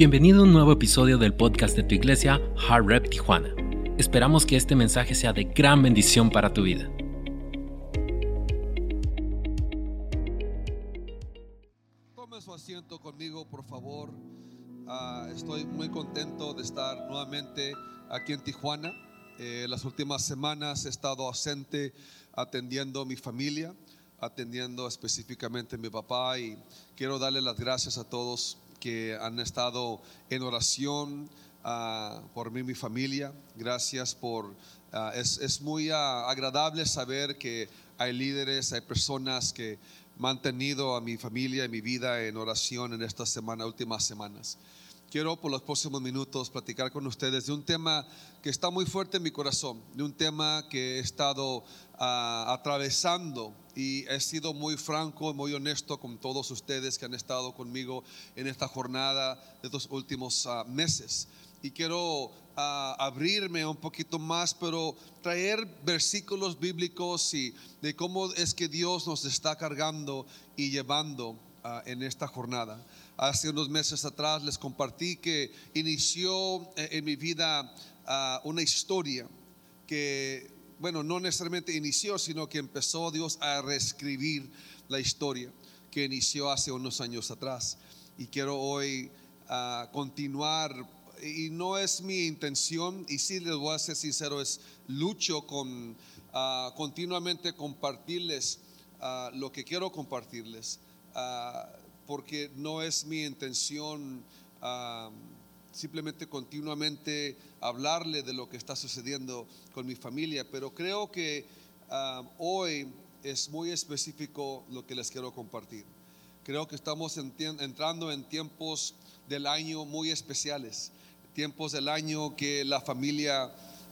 Bienvenido a un nuevo episodio del podcast de tu iglesia, Heart Rep Tijuana. Esperamos que este mensaje sea de gran bendición para tu vida. Tome su asiento conmigo, por favor. Estoy muy contento de estar nuevamente aquí en Tijuana. Las últimas semanas he estado ausente atendiendo a mi familia, atendiendo específicamente a mi papá, y quiero darle las gracias a todos que han estado en oración por mí y mi familia. Gracias por es muy agradable saber que hay líderes, hay personas que han mantenido a mi familia y mi vida en oración en estas últimas semanas. Quiero por los próximos minutos platicar con ustedes de un tema que está muy fuerte en mi corazón, de un tema que he estado atravesando, y he sido muy franco, muy honesto con todos ustedes que han estado conmigo en esta jornada de estos últimos meses. Y quiero abrirme un poquito más, pero traer versículos bíblicos y de cómo es que Dios nos está cargando y llevando en esta jornada. Hace unos meses atrás les compartí que inició en mi vida una historia que, bueno, no necesariamente inició, sino que empezó Dios a reescribir la historia que inició hace unos años atrás. Y quiero hoy continuar, y no es mi intención, y sí les voy a ser sincero, lucho con continuamente compartirles lo que quiero compartirles, porque no es mi intención simplemente continuamente hablarle de lo que está sucediendo con mi familia, pero creo que hoy es muy específico lo que les quiero compartir. Creo que estamos entrando en tiempos del año muy especiales, tiempos del año que la familia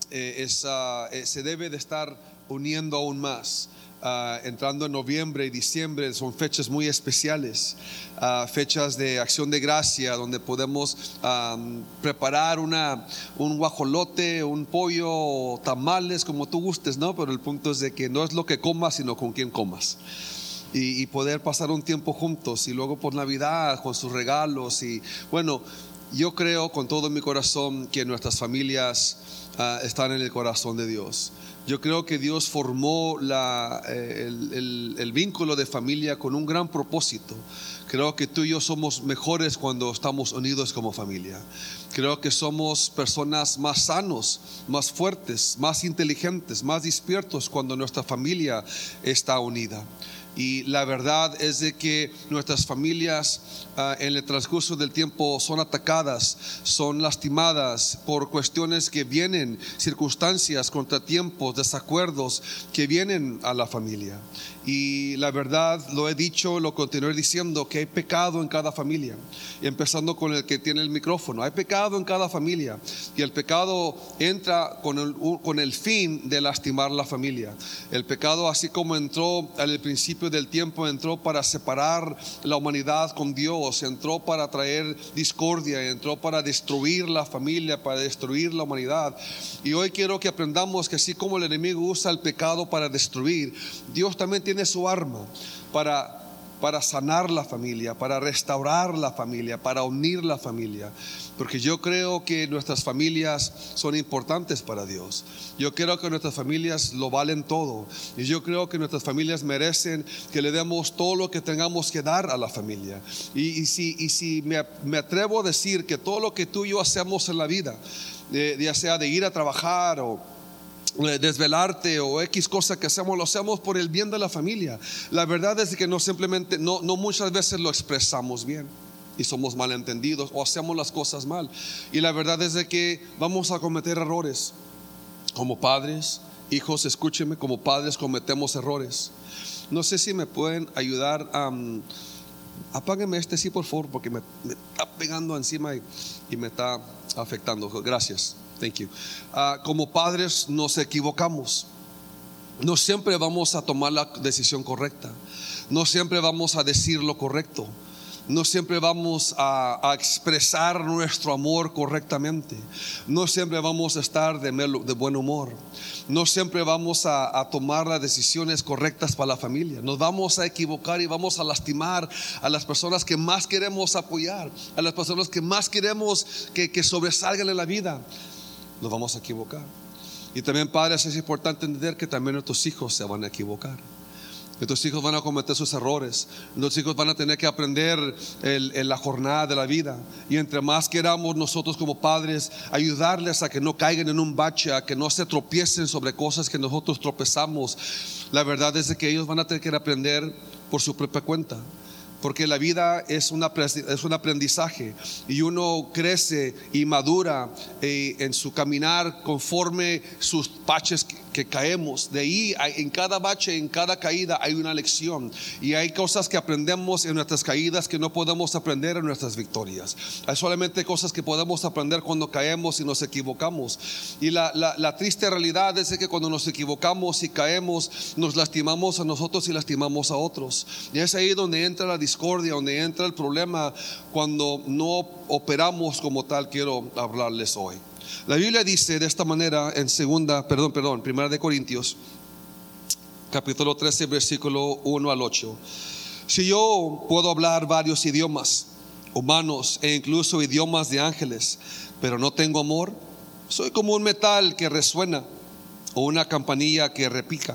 se debe de estar uniendo aún más. Entrando en noviembre y diciembre son fechas muy especiales, fechas de acción de gracia, donde podemos preparar un guajolote, un pollo, tamales, como tú gustes, ¿no? Pero el punto es de que no es lo que comas, sino con quién comas, y poder pasar un tiempo juntos, y luego por Navidad con sus regalos. Y bueno, yo creo con todo mi corazón que nuestras familias están en el corazón de Dios. Yo creo que Dios formó el vínculo de familia con un gran propósito. Creo que tú y yo somos mejores cuando estamos unidos como familia. Creo que somos personas más sanos, más fuertes, más inteligentes, más despiertos cuando nuestra familia está unida. Y la verdad es de que nuestras familias en el transcurso del tiempo son atacadas, son lastimadas por cuestiones que vienen, circunstancias, contratiempos, desacuerdos que vienen a la familia. Y la verdad, lo he dicho, lo continuaré diciendo, que hay pecado en cada familia, empezando con el que tiene el micrófono. Hay pecado en cada familia, y el pecado entra con el fin de lastimar la familia. El pecado, así como entró al principio del tiempo, entró para separar la humanidad con Dios, entró para traer discordia, entró para destruir la familia, para destruir la humanidad. Y hoy quiero que aprendamos que así como el enemigo usa el pecado para destruir, Dios también tiene su arma para sanar la familia, para restaurar la familia, para unir la familia. Porque yo creo que nuestras familias son importantes para Dios. Yo creo que nuestras familias lo valen todo, y yo creo que nuestras familias merecen que le demos todo lo que tengamos que dar a la familia. Y si me atrevo a decir que todo lo que tú y yo hacemos en la vida, ya sea de ir a trabajar o desvelarte o X cosa que hacemos, lo hacemos por el bien de la familia. La verdad es que no muchas veces lo expresamos bien, y somos malentendidos o hacemos las cosas mal. Y la verdad es de que vamos a cometer errores como padres. Hijos, escúchenme, como padres cometemos errores. No sé si me pueden ayudar. Apáguenme sí, por favor, porque me está pegando encima y me está afectando. Gracias. Thank you. Como padres nos equivocamos. No siempre vamos a tomar la decisión correcta. No siempre vamos a decir lo correcto. No siempre vamos a expresar nuestro amor correctamente. No siempre vamos a estar de buen humor. No siempre vamos a tomar las decisiones correctas para la familia. Nos vamos a equivocar y vamos a lastimar a las personas que más queremos apoyar, a las personas que más queremos que sobresalgan en la vida. Nos vamos a equivocar. Y también, padres, es importante entender que también nuestros hijos se van a equivocar. Nuestros hijos van a cometer sus errores. Nuestros hijos van a tener que aprender en la jornada de la vida. Y entre más queramos nosotros como padres ayudarles a que no caigan en un bache, a que no se tropiecen sobre cosas que nosotros tropezamos, la verdad es que ellos van a tener que aprender por su propia cuenta. Porque la vida es un aprendizaje, y uno crece y madura en su caminar conforme sus baches que caemos. De ahí, en cada bache, en cada caída hay una lección, y hay cosas que aprendemos en nuestras caídas que no podemos aprender en nuestras victorias. Hay solamente cosas que podemos aprender cuando caemos y nos equivocamos. Y la triste realidad es que cuando nos equivocamos y caemos, nos lastimamos a nosotros y lastimamos a otros. Y es ahí donde entra la discordia, donde entra el problema, cuando no operamos como tal. Quiero hablarles hoy. La Biblia dice de esta manera en 1 de Corintios capítulo 13 versículo 1 al 8. Si yo puedo hablar varios idiomas humanos e incluso idiomas de ángeles, pero no tengo amor, soy como un metal que resuena o una campanilla que repica.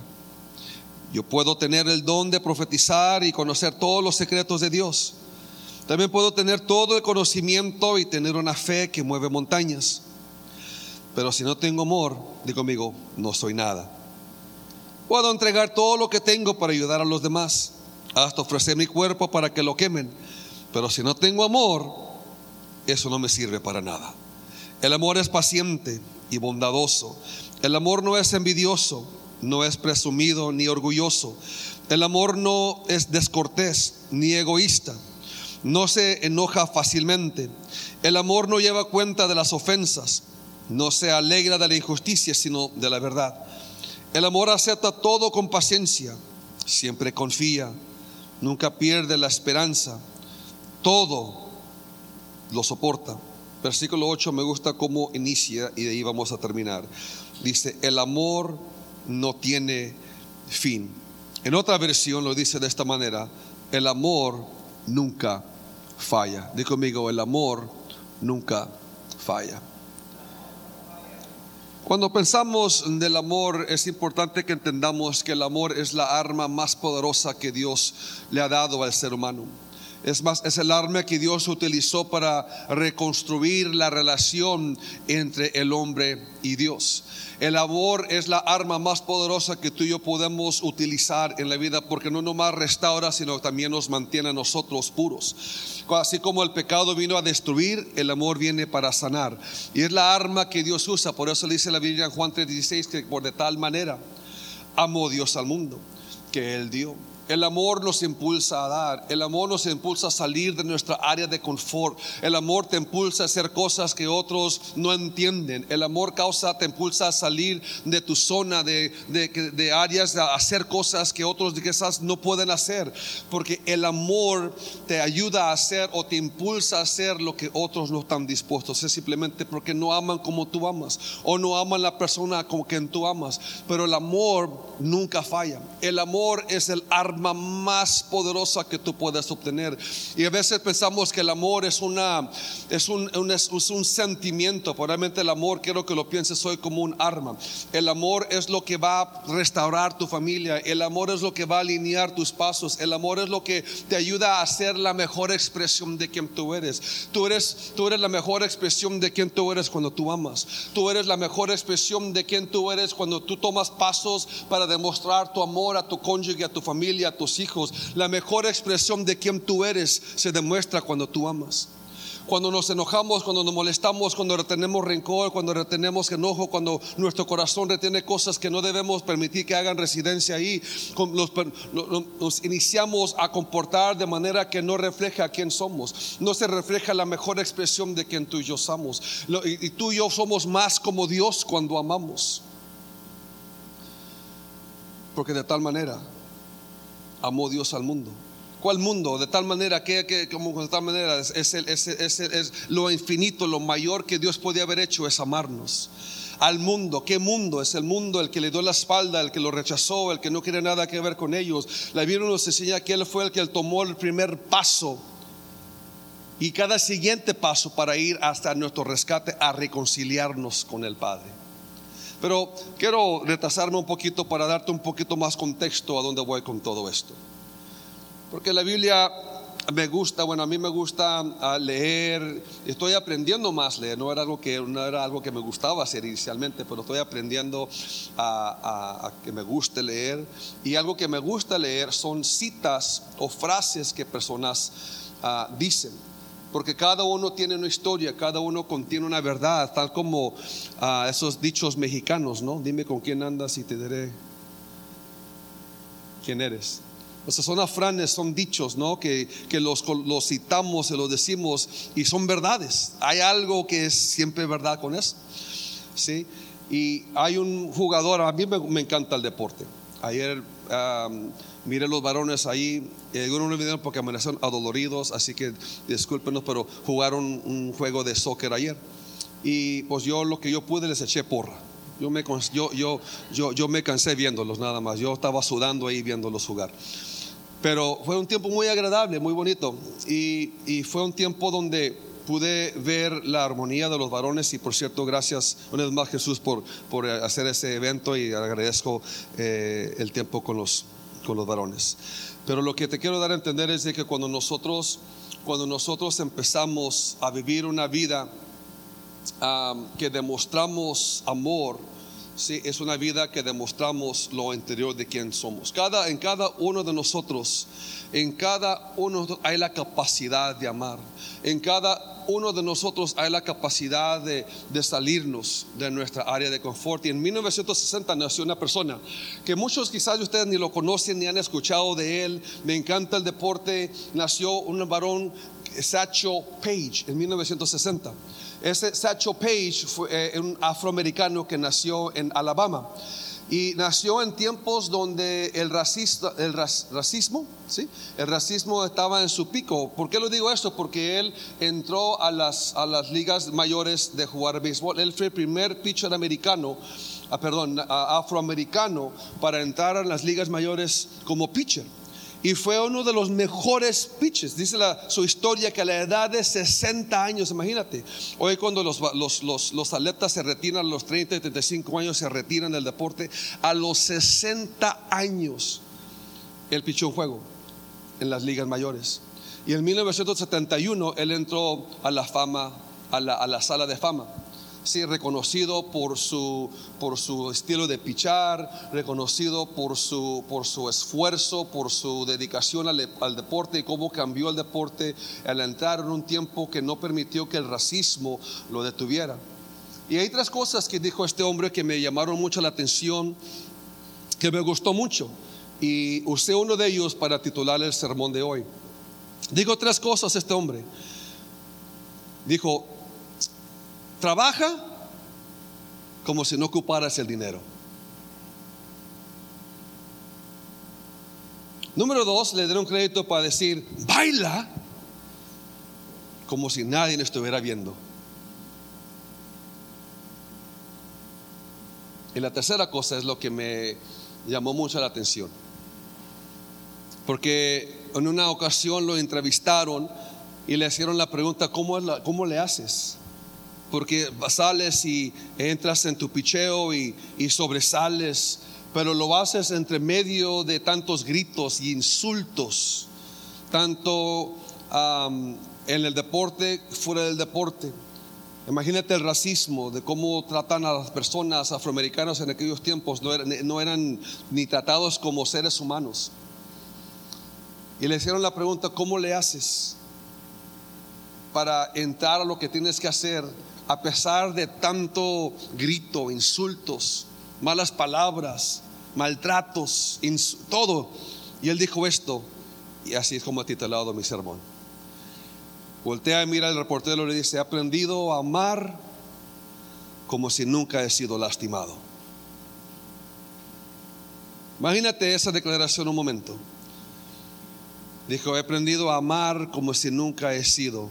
Yo puedo tener el don de profetizar y conocer todos los secretos de Dios. También puedo tener todo el conocimiento y tener una fe que mueve montañas. Pero si no tengo amor, digo conmigo, no soy nada. Puedo entregar todo lo que tengo para ayudar a los demás, hasta ofrecer mi cuerpo para que lo quemen. Pero si no tengo amor, eso no me sirve para nada. El amor es paciente y bondadoso. El amor no es envidioso, no es presumido ni orgulloso. El amor no es descortés ni egoísta. No se enoja fácilmente. El amor no lleva cuenta de las ofensas. No se alegra de la injusticia, sino de la verdad. El amor acepta todo con paciencia. Siempre confía. Nunca pierde la esperanza. Todo lo soporta. Versículo 8 me gusta cómo inicia, y de ahí vamos a terminar. Dice: el amor no tiene fin. En otra versión lo dice de esta manera: el amor nunca falla. Di conmigo: el amor nunca falla. Cuando pensamos del amor, es importante que entendamos que el amor es la arma más poderosa que Dios le ha dado al ser humano. Es el arma que Dios utilizó para reconstruir la relación entre el hombre y Dios. El amor es la arma más poderosa que tú y yo podemos utilizar en la vida, porque no nomás restaura, sino también nos mantiene a nosotros puros. Así como el pecado vino a destruir, el amor viene para sanar. Y es la arma que Dios usa. Por eso dice la Biblia en Juan 3:16 que por de tal manera amó Dios al mundo que Él dio. El amor nos impulsa a dar. El amor nos impulsa a salir de nuestra área de confort. El amor te impulsa a hacer cosas que otros no entienden. El amor te impulsa a salir de tu zona de áreas, a hacer cosas que otros quizás no pueden hacer. Porque el amor te ayuda a hacer, o te impulsa a hacer lo que otros no están dispuestos. Es simplemente porque no aman como tú amas, o no aman la persona como quien tú amas. Pero el amor nunca falla. El amor es el arma más poderosa que tú puedes obtener. Y a veces pensamos que el amor es un sentimiento. Probablemente el amor, quiero que lo pienses hoy como un arma. El amor es lo que va a restaurar tu familia. El amor es lo que va a alinear tus pasos. El amor es lo que te ayuda a ser la mejor expresión de quien tú eres. Tú eres la mejor expresión de quien tú eres cuando tú amas. Tú eres la mejor expresión de quien tú eres cuando tú tomas pasos para demostrar tu amor a tu cónyuge, a tu familia, a tus hijos. La mejor expresión de quien tú eres se demuestra cuando tú amas. Cuando nos enojamos, cuando nos molestamos, cuando retenemos rencor, cuando retenemos enojo, cuando nuestro corazón retiene cosas que no debemos permitir que hagan residencia ahí, nos iniciamos a comportar de manera que no refleja a quién somos. No se refleja la mejor expresión de quien tú y yo somos. Y tú y yo somos más como Dios cuando amamos. Porque de tal manera amó Dios al mundo. ¿Cuál mundo? De tal manera como de tal manera es lo infinito, lo mayor que Dios podía haber hecho es amarnos. Al mundo, ¿qué mundo? Es el mundo el que le dio la espalda, el que lo rechazó, el que no quiere nada que ver con ellos. La Biblia nos enseña que Él fue el que tomó el primer paso y cada siguiente paso para ir hasta nuestro rescate, a reconciliarnos con el Padre. Pero quiero retrasarme un poquito para darte un poquito más contexto a dónde voy con todo esto. Porque la Biblia me gusta, a mí me gusta leer. Estoy aprendiendo más leer. No era algo que me gustaba hacer inicialmente, pero estoy aprendiendo a que me guste leer. Y algo que me gusta leer son citas o frases que personas dicen. Porque cada uno tiene una historia, cada uno contiene una verdad, tal como esos dichos mexicanos, ¿no? Dime con quién andas y te diré quién eres. O sea, son afranes, son dichos, ¿no? Que los citamos, se los decimos y son verdades. Hay algo que es siempre verdad con eso, ¿sí? Y hay un jugador, a mí me encanta el deporte. Ayer miré los varones ahí, no me vinieron porque amanecieron adoloridos, así que discúlpenos, pero jugaron un juego de soccer ayer. Y pues yo lo que yo pude les eché porra. Yo me cansé viéndolos nada más. Yo estaba sudando ahí viéndolos jugar. Pero fue un tiempo muy agradable, muy bonito. Y fue un tiempo donde pude ver la armonía de los varones. Y por cierto, gracias una vez más, Jesús, por hacer ese evento. Y agradezco el tiempo con los varones. Pero lo que te quiero dar a entender es de que cuando nosotros empezamos a vivir una vida que demostramos amor, sí, es una vida que demostramos lo interior de quién somos. En cada uno de nosotros hay la capacidad de amar. En cada uno de nosotros hay la capacidad de salirnos de nuestra área de confort. Y en 1960 nació una persona que muchos quizás de ustedes ni lo conocen ni han escuchado de él. Me encanta el deporte. Nació un varón, Satchel Paige, en 1960. Ese Satchel Paige fue un afroamericano que nació en Alabama. Y nació en tiempos donde el racismo, ¿sí? El racismo estaba en su pico. ¿Por qué lo digo esto? Porque él entró a las ligas mayores de jugar béisbol. Él fue el primer pitcher afroamericano para entrar a las ligas mayores como pitcher. Y fue uno de los mejores pitchers. Dice su historia que a la edad de 60 años, imagínate. Hoy cuando los atletas se retiran a los 30 y 35 años, se retiran del deporte. A los 60 años él pichó un juego en las ligas mayores. Y en 1971 él entró a la fama, a la sala de fama. Sí, reconocido por su estilo de pichar, reconocido por su esfuerzo, por su dedicación al deporte y cómo cambió el deporte al entrar en un tiempo que no permitió que el racismo lo detuviera. Y hay tres cosas que dijo este hombre que me llamaron mucho la atención, que me gustó mucho, y usé uno de ellos para titular el sermón de hoy. Dijo tres cosas este hombre. Dijo: trabaja como si no ocuparas el dinero. Número dos, le dieron crédito para decir: baila como si nadie estuviera viendo. Y la tercera cosa es lo que me llamó mucho la atención, porque en una ocasión lo entrevistaron y le hicieron la pregunta: ¿cómo le haces? Porque sales y entras en tu picheo y sobresales, pero lo haces entre medio de tantos gritos y insultos, tanto en el deporte, fuera del deporte. Imagínate el racismo, de cómo tratan a las personas afroamericanas en aquellos tiempos. No eran ni tratados como seres humanos. Y le hicieron la pregunta: ¿cómo le haces para entrar a lo que tienes que hacer a pesar de tanto grito, insultos, malas palabras, maltratos, todo? Y él dijo esto, y así es como he titulado mi sermón. Voltea y mira al reportero y le dice: he aprendido a amar como si nunca he sido lastimado. Imagínate esa declaración un momento. Dijo: he aprendido a amar como si nunca he sido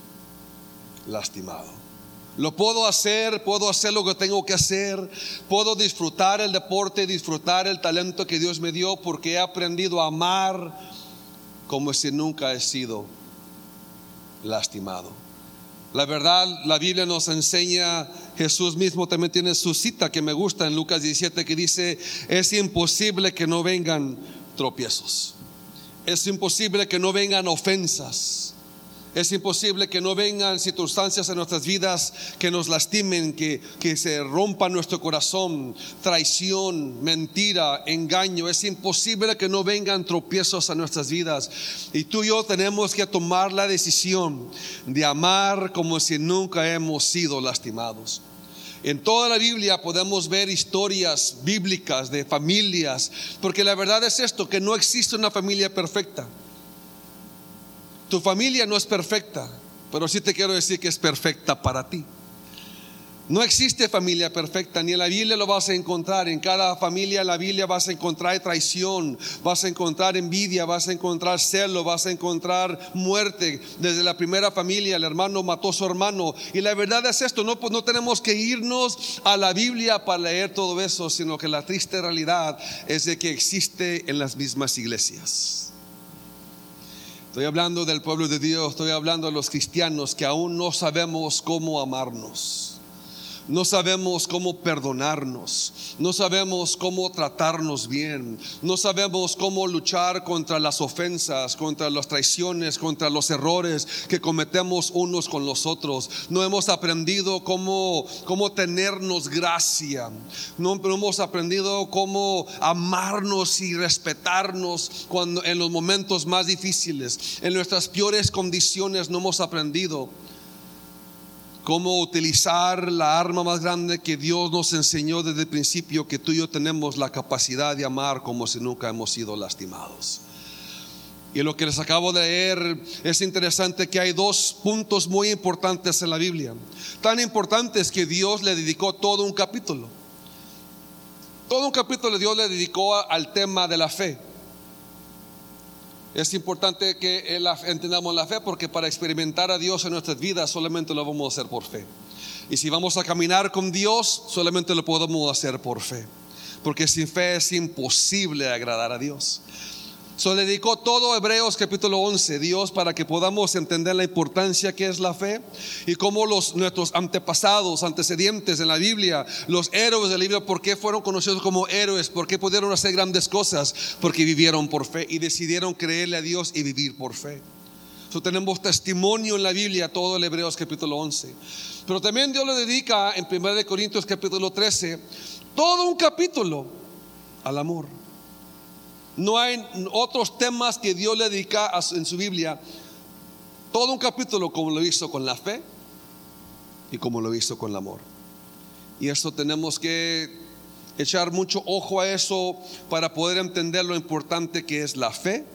lastimado. Lo puedo hacer lo que tengo que hacer, puedo disfrutar el deporte, disfrutar el talento que Dios me dio, porque he aprendido a amar como si nunca he sido lastimado. La verdad, la Biblia nos enseña, Jesús mismo también tiene su cita que me gusta en Lucas 17, que dice: es imposible que no vengan tropiezos, es imposible que no vengan ofensas, es imposible que no vengan circunstancias en nuestras vidas que nos lastimen, que se rompa nuestro corazón, traición, mentira, engaño. Es imposible que no vengan tropiezos a nuestras vidas. Y tú y yo tenemos que tomar la decisión de amar como si nunca hemos sido lastimados. En toda la Biblia podemos ver historias bíblicas de familias, porque la verdad es esto, que no existe una familia perfecta. Tu familia no es perfecta, pero sí te quiero decir que es perfecta para ti. No existe familia perfecta, ni en la Biblia lo vas a encontrar. En cada familia en la Biblia vas a encontrar traición, vas a encontrar envidia, vas a encontrar celo, vas a encontrar muerte. Desde la primera familia el hermano mató a su hermano. Y la verdad es esto, no tenemos que irnos a la Biblia para leer todo eso, sino que la triste realidad es de que existe en las mismas iglesias. Estoy hablando del pueblo de Dios, estoy hablando de los cristianos que aún no sabemos cómo amarnos, no sabemos cómo perdonarnos, no sabemos cómo tratarnos bien, no sabemos cómo luchar contra las ofensas, contra las traiciones, contra los errores que cometemos unos con los otros. No hemos aprendido cómo tenernos gracia, no hemos aprendido cómo amarnos y respetarnos cuando en los momentos más difíciles, en nuestras peores condiciones. No hemos aprendido cómo utilizar la arma más grande que Dios nos enseñó desde el principio, que tú y yo tenemos la capacidad de amar como si nunca hemos sido lastimados. Y lo que les acabo de leer es interesante, que hay dos puntos muy importantes en la Biblia, tan importantes que Dios le dedicó todo un capítulo. Todo un capítulo Dios le dedicó al tema de la fe. Es importante que entendamos la fe, porque para experimentar a Dios en nuestras vidas solamente lo vamos a hacer por fe. Y si vamos a caminar con Dios, solamente lo podemos hacer por fe, porque sin fe es imposible agradar a Dios. Se le dedicó todo Hebreos capítulo 11 Dios, para que podamos entender la importancia que es la fe y cómo nuestros antepasados, antecedentes en la Biblia, los héroes de la Biblia, ¿por qué fueron conocidos como héroes? ¿Por qué pudieron hacer grandes cosas? Porque vivieron por fe y decidieron creerle a Dios y vivir por fe. Tenemos testimonio en la Biblia, todo el Hebreos capítulo 11. Pero también Dios le dedica en 1 Corintios capítulo 13 todo un capítulo al amor. No hay otros temas que Dios le dedica en su Biblia todo un capítulo como lo hizo con la fe y como lo hizo con el amor. Y eso tenemos que echar mucho ojo a eso para poder entender lo importante que es la fe,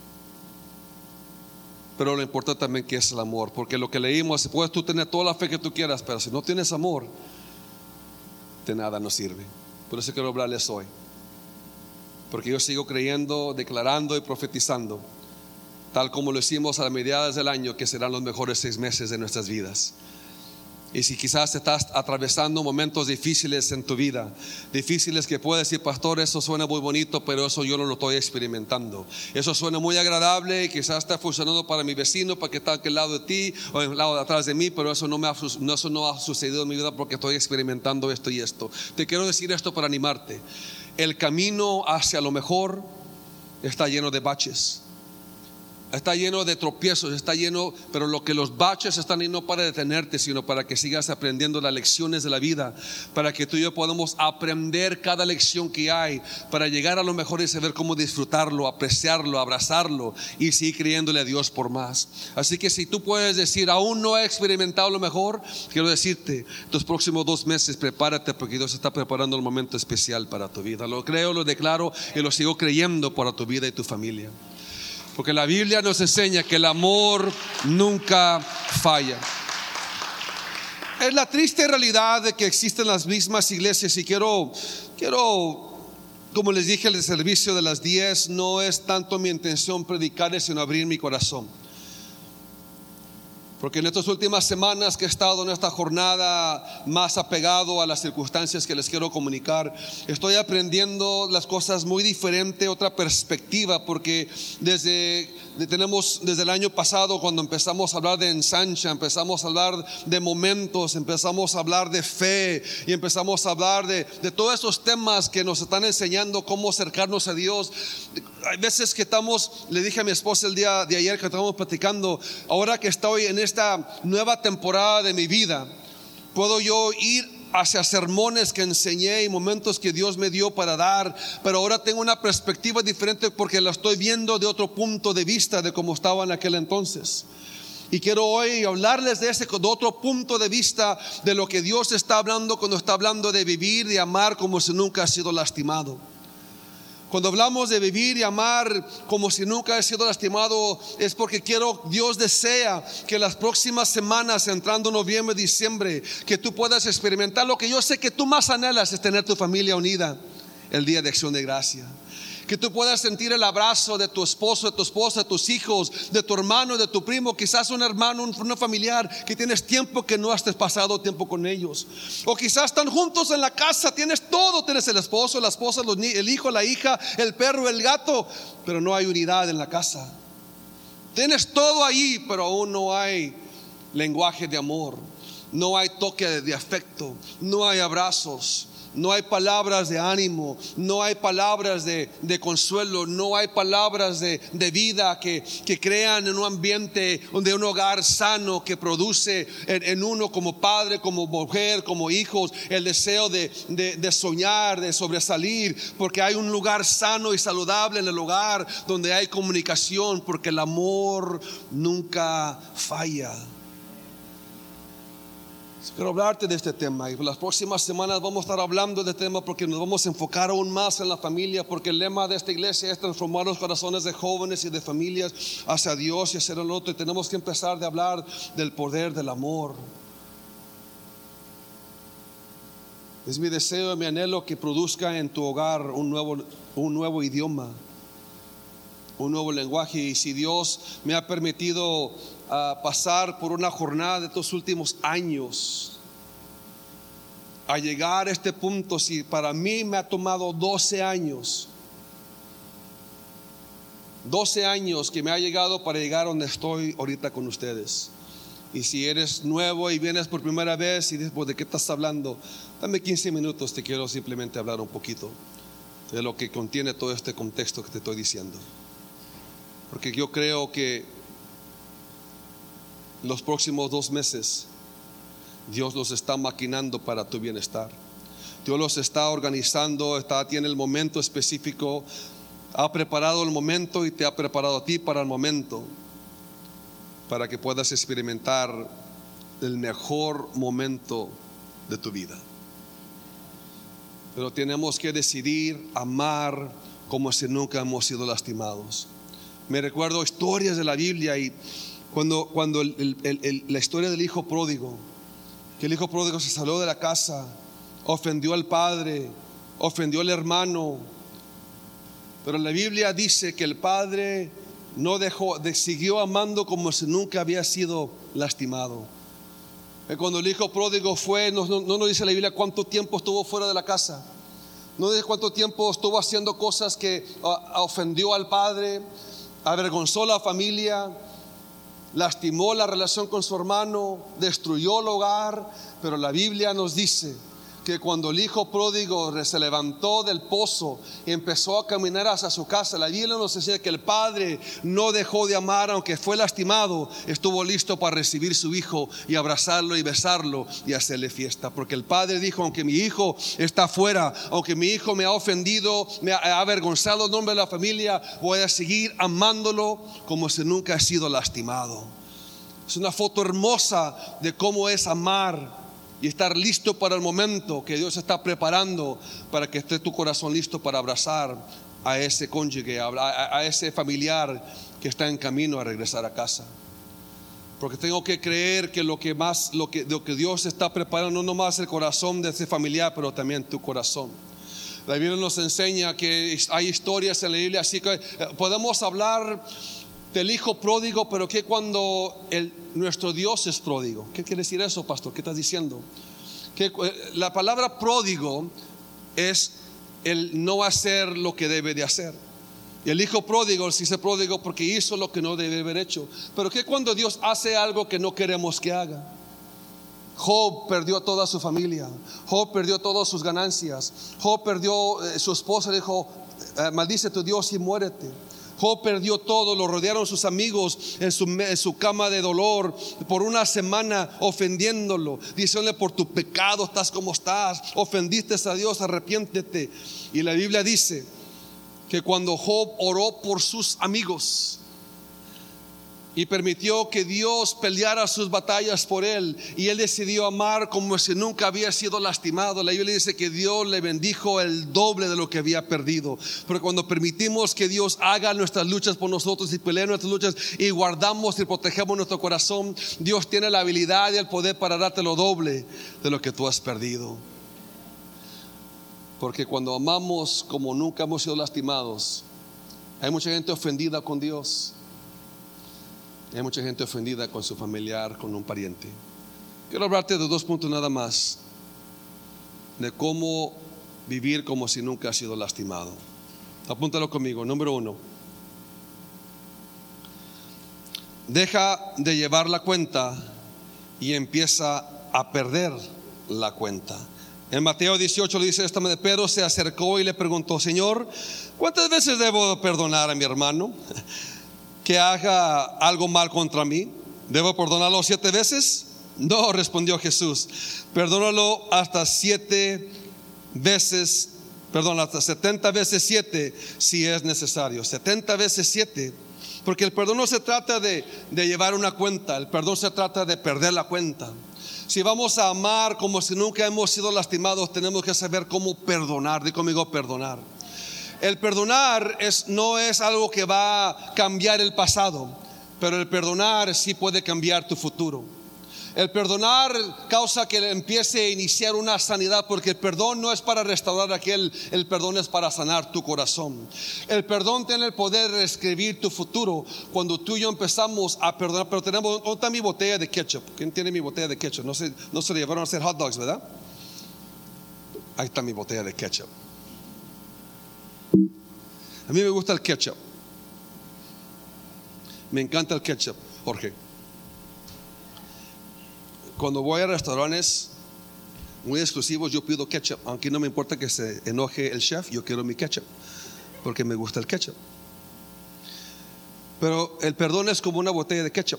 pero lo importante también que es el amor. Porque lo que leímos, puedes tú tener toda la fe que tú quieras, pero si no tienes amor, de nada nos sirve. Por eso quiero hablarles hoy, porque yo sigo creyendo, declarando y profetizando, tal como lo hicimos a mediados del año, que serán los mejores 6 meses de nuestras vidas. Y si quizás estás atravesando momentos difíciles en tu vida, difíciles que puedes decir: pastor, eso suena muy bonito, pero eso yo no lo estoy experimentando. Eso suena muy agradable y quizás está funcionando para mi vecino, para que está al lado de ti o al lado de atrás de mí, pero eso no ha sucedido en mi vida, porque estoy experimentando esto y esto. Te quiero decir esto para animarte: el camino hacia lo mejor está lleno de baches, está lleno de tropiezos, está lleno, pero lo que los baches están ahí no para detenerte, sino para que sigas aprendiendo las lecciones de la vida, para que tú y yo podamos aprender cada lección que hay, para llegar a lo mejor y saber cómo disfrutarlo, apreciarlo, abrazarlo y seguir creyéndole a Dios por más. Así que si tú puedes decir: aún no he experimentado lo mejor, quiero decirte, estos próximos 2 meses prepárate, porque Dios está preparando un momento especial para tu vida. Lo creo, lo declaro y lo sigo creyendo para tu vida y tu familia. Porque la Biblia nos enseña que el amor nunca falla. Es la triste realidad de que existen las mismas iglesias, y quiero como les dije, el servicio de las 10 no es tanto mi intención predicar, sino abrir mi corazón. Porque en estas últimas semanas que he estado en esta jornada más apegado a las circunstancias que les quiero comunicar, estoy aprendiendo las cosas muy diferente, otra perspectiva, porque desde el año pasado, cuando empezamos a hablar de ensancha, empezamos a hablar de momentos, empezamos a hablar de fe y empezamos a hablar de todos esos temas que nos están enseñando cómo acercarnos a Dios. Hay veces que le dije a mi esposa el día de ayer que estábamos platicando, ahora que estoy en esta nueva temporada de mi vida, puedo yo ir hacia sermones que enseñé y momentos que Dios me dio para dar, pero ahora tengo una perspectiva diferente porque la estoy viendo de otro punto de vista de cómo estaba en aquel entonces. Y quiero hoy hablarles de otro punto de vista de lo que Dios está hablando cuando está hablando de vivir y amar como si nunca ha sido lastimado. Cuando hablamos de vivir y amar como si nunca he sido lastimado, es porque Dios desea que las próximas semanas, entrando noviembre, diciembre, que tú puedas experimentar lo que yo sé que tú más anhelas, es tener tu familia unida el día de Acción de Gracia. Que tú puedas sentir el abrazo de tu esposo, de tu esposa, de tus hijos, de tu hermano, de tu primo, quizás un hermano, un familiar que tienes tiempo que no has pasado tiempo con ellos. O quizás están juntos en la casa, tienes todo, tienes el esposo, la esposa, el hijo, la hija, el perro, el gato, pero no hay unidad en la casa. Tienes todo ahí, pero aún no hay lenguaje de amor, no hay toque de afecto, no hay abrazos. No hay palabras de ánimo, no hay palabras de consuelo, no hay palabras de vida que crean en un ambiente de un hogar sano que produce en uno como padre, como mujer, como hijos, el deseo de soñar, de sobresalir, porque hay un lugar sano y saludable en el hogar donde hay comunicación, porque el amor nunca falla. Quiero hablarte de este tema y por las próximas semanas vamos a estar hablando de este tema porque nos vamos a enfocar aún más en la familia, porque el lema de esta iglesia es transformar los corazones de jóvenes y de familias hacia Dios y hacia el otro, y tenemos que empezar de hablar del poder del amor. Es mi deseo y mi anhelo que produzca en tu hogar un nuevo idioma, un nuevo lenguaje. Y si Dios me ha permitido pasar por una jornada de estos últimos años a llegar a este punto, si para mí me ha tomado 12 años que me ha llegado para llegar donde estoy ahorita con ustedes. Y si eres nuevo y vienes por primera vez y dices, pues, ¿de qué estás hablando? Dame 15 minutos, te quiero simplemente hablar un poquito de lo que contiene todo este contexto que te estoy diciendo, porque yo creo que los próximos 2 meses Dios los está maquinando para tu bienestar. Dios los está organizando, tiene el momento específico, ha preparado el momento y te ha preparado a ti para el momento, para que puedas experimentar el mejor momento de tu vida. Pero tenemos que decidir amar como si nunca hemos sido lastimados. Me recuerdo historias de la Biblia y cuando la historia del hijo pródigo, que el hijo pródigo se salió de la casa, ofendió al padre, ofendió al hermano, pero la Biblia dice que el padre siguió amando como si nunca había sido lastimado. Cuando el hijo pródigo fue, no nos dice la Biblia cuánto tiempo estuvo fuera de la casa, no dice cuánto tiempo estuvo haciendo cosas que ofendió al padre, avergonzó a la familia, lastimó la relación con su hermano, destruyó el hogar. Pero la Biblia nos dice que cuando el hijo pródigo se levantó del pozo y empezó a caminar hacia su casa, la Biblia nos enseña que el padre no dejó de amar, aunque fue lastimado, estuvo listo para recibir su hijo y abrazarlo y besarlo y hacerle fiesta, porque el padre dijo: aunque mi hijo está afuera, aunque mi hijo me ha ofendido, me ha avergonzado el nombre de la familia, voy a seguir amándolo como si nunca ha sido lastimado. Es una foto hermosa de cómo es amar y estar listo para el momento que Dios está preparando, para que esté tu corazón listo para abrazar a ese cónyuge, a ese familiar que está en camino a regresar a casa. Porque tengo que creer que lo que Dios está preparando no nomás el corazón de ese familiar, pero también tu corazón. La Biblia nos enseña que hay historias en la Biblia, así que podemos hablar del hijo pródigo, pero que cuando nuestro Dios es pródigo. ¿Qué quiere decir eso, pastor? ¿Qué estás diciendo? Que la palabra pródigo es el no hacer lo que debe de hacer. Y el hijo pródigo se dice pródigo porque hizo lo que no debe haber hecho. Pero que cuando Dios hace algo que no queremos que haga. Job perdió toda su familia. Job perdió todas sus ganancias. Job perdió su esposa, dijo: maldice tu Dios y muérete. Job perdió todo, lo rodearon sus amigos en su cama de dolor por una semana, ofendiéndolo, diciéndole: por tu pecado estás como estás, ofendiste a Dios, arrepiéntete. Y la Biblia dice que cuando Job oró por sus amigos y permitió que Dios peleara sus batallas por él, y él decidió amar como si nunca había sido lastimado, la Biblia dice que Dios le bendijo el doble de lo que había perdido. Pero cuando permitimos que Dios haga nuestras luchas por nosotros y pelee nuestras luchas y guardamos y protegemos nuestro corazón, Dios tiene la habilidad y el poder para darte lo doble de lo que tú has perdido. Porque cuando amamos como nunca hemos sido lastimados, hay mucha gente ofendida con Dios. Hay mucha gente ofendida con su familiar, con un pariente. Quiero hablarte de 2 puntos nada más, de cómo vivir como si nunca has sido lastimado. Apúntalo conmigo. Número 1: deja de llevar la cuenta y empieza a perder la cuenta. En Mateo 18 le dice esta manera: Pedro se acercó y le preguntó: Señor, ¿cuántas veces debo perdonar a mi hermano que haga algo mal contra mí? ¿Debo perdonarlo 7 veces? No, respondió Jesús, perdónalo hasta 7 veces, perdón, hasta 70 veces 7 si es necesario. 70 veces 7. Porque el perdón no se trata de llevar una cuenta, el perdón se trata de perder la cuenta. Si vamos a amar como si nunca hemos sido lastimados, tenemos que saber cómo perdonar. Di conmigo: perdonar. El perdonar no es algo que va a cambiar el pasado, pero el perdonar sí puede cambiar tu futuro. El perdonar causa que empiece a iniciar una sanidad, porque el perdón no es para restaurar aquel, el perdón es para sanar tu corazón. El perdón tiene el poder de reescribir tu futuro cuando tú y yo empezamos a perdonar. Pero tenemos, ¿dónde está mi botella de ketchup? ¿Quién tiene mi botella de ketchup? No se le llevaron a hacer hot dogs, ¿verdad? Ahí está mi botella de ketchup. A mí me gusta el ketchup. Me encanta el ketchup, Jorge. Cuando voy a restaurantes muy exclusivos, yo pido ketchup. Aunque no me importa que se enoje el chef, yo quiero mi ketchup, porque me gusta el ketchup. Pero el perdón es como una botella de ketchup.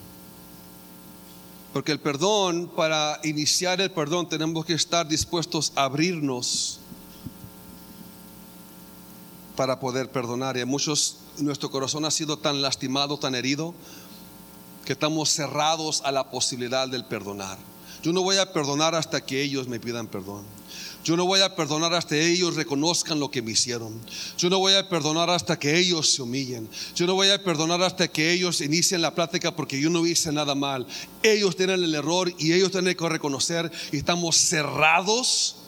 Porque el perdón, para iniciar el perdón, tenemos que estar dispuestos a abrirnos para poder perdonar. Y a muchos, nuestro corazón ha sido tan lastimado, tan herido, que estamos cerrados a la posibilidad del perdonar. Yo no voy a perdonar hasta que ellos me pidan perdón. Yo no voy a perdonar hasta que ellos reconozcan lo que me hicieron. Yo no voy a perdonar hasta que ellos se humillen. Yo no voy a perdonar hasta que ellos inicien la plática, porque yo no hice nada mal. Ellos tienen el error y ellos tienen que reconocer, y estamos cerrados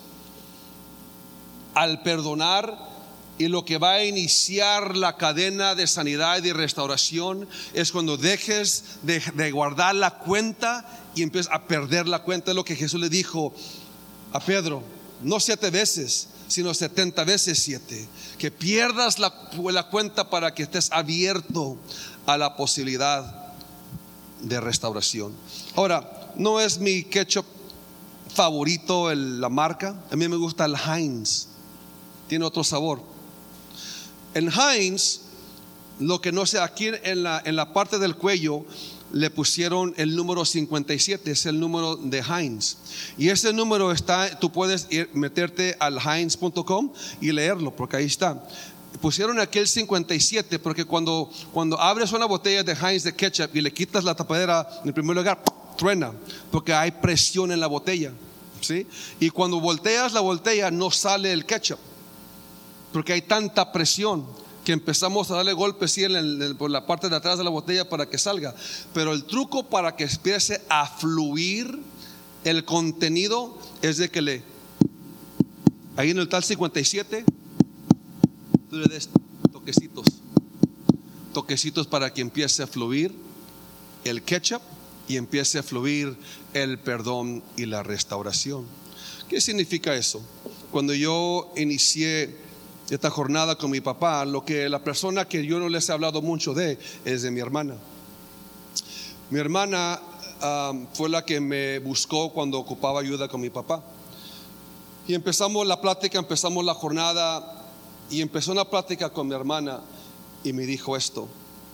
al perdonar. Y lo que va a iniciar la cadena de sanidad y restauración es cuando dejes de guardar la cuenta y empieces a perder la cuenta. Es lo que Jesús le dijo a Pedro: no 7 veces, sino 70 veces 7. Que pierdas la cuenta para que estés abierto a la posibilidad de restauración. Ahora, no es mi ketchup favorito la marca. A mí me gusta el Heinz. Tiene otro sabor. En Heinz, lo que no sé, aquí en la parte del cuello le pusieron el número 57, es el número de Heinz. Y ese número está, tú puedes meterte al heinz.com y leerlo, porque ahí está. Pusieron aquí el 57 porque cuando abres una botella de Heinz de ketchup y le quitas la tapadera, en primer lugar truena, porque hay presión en la botella, ¿sí? Y cuando volteas la botella no sale el ketchup, porque hay tanta presión que empezamos a darle golpes por la parte de atrás de la botella para que salga. Pero el truco para que empiece a fluir el contenido es de que ahí en el tal 57, tú le des toquecitos para que empiece a fluir el ketchup y empiece a fluir el perdón y la restauración. ¿Qué significa eso? Cuando yo inicié esta jornada con mi papá, la persona que yo no les he hablado mucho es de mi hermana. Mi hermana fue la que me buscó cuando ocupaba ayuda con mi papá. Y empezamos la plática, empezamos la jornada, y empezó una plática con mi hermana y me dijo esto: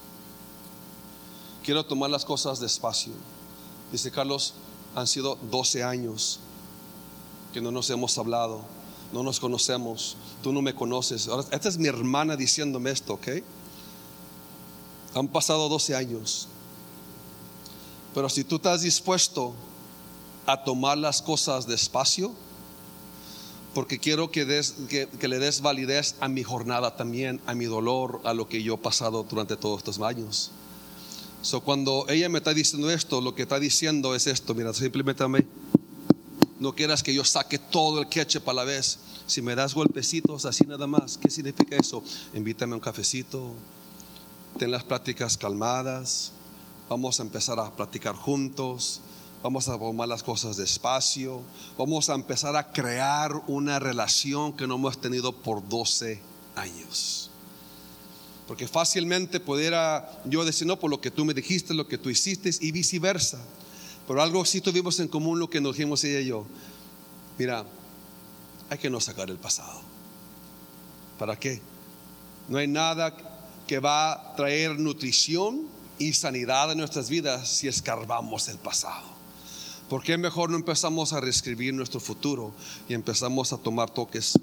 quiero tomar las cosas despacio. Dice: Carlos, han sido 12 años que no nos hemos hablado, no nos conocemos, tú no me conoces. Ahora, esta es mi hermana diciéndome esto, ¿ok? Han pasado 12 años, pero si tú estás dispuesto a tomar las cosas despacio, porque quiero que le des validez a mi jornada también, a mi dolor, a lo que yo he pasado durante todos estos años. Cuando ella me está diciendo esto, lo que está diciendo es esto: mira, simplemente no quieras que yo saque todo el ketchup a la vez. Si me das golpecitos así nada más, ¿qué significa eso? Invítame a un cafecito, ten las pláticas calmadas, vamos a empezar a platicar juntos, vamos a tomar las cosas despacio, vamos a empezar a crear una relación que no hemos tenido por 12 años. Porque fácilmente pudiera yo decir: no, por lo que tú me dijiste, lo que tú hiciste, y viceversa. Pero algo sí tuvimos en común, lo que nos dijimos ella y yo: mira, hay que no sacar el pasado. ¿Para qué? No hay nada que va a traer nutrición y sanidad en nuestras vidas si escarbamos el pasado. ¿Por qué mejor no empezamos a reescribir nuestro futuro y empezamos a tomar toques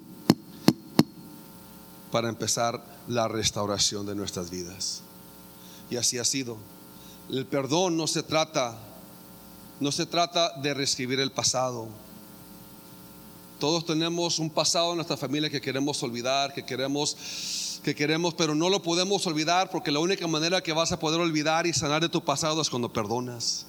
para empezar la restauración de nuestras vidas? Y así ha sido. El perdón no se trata de reescribir el pasado. Todos tenemos un pasado en nuestra familia que queremos olvidar, que queremos, pero no lo podemos olvidar, porque la única manera que vas a poder olvidar y sanar de tu pasado es cuando perdonas,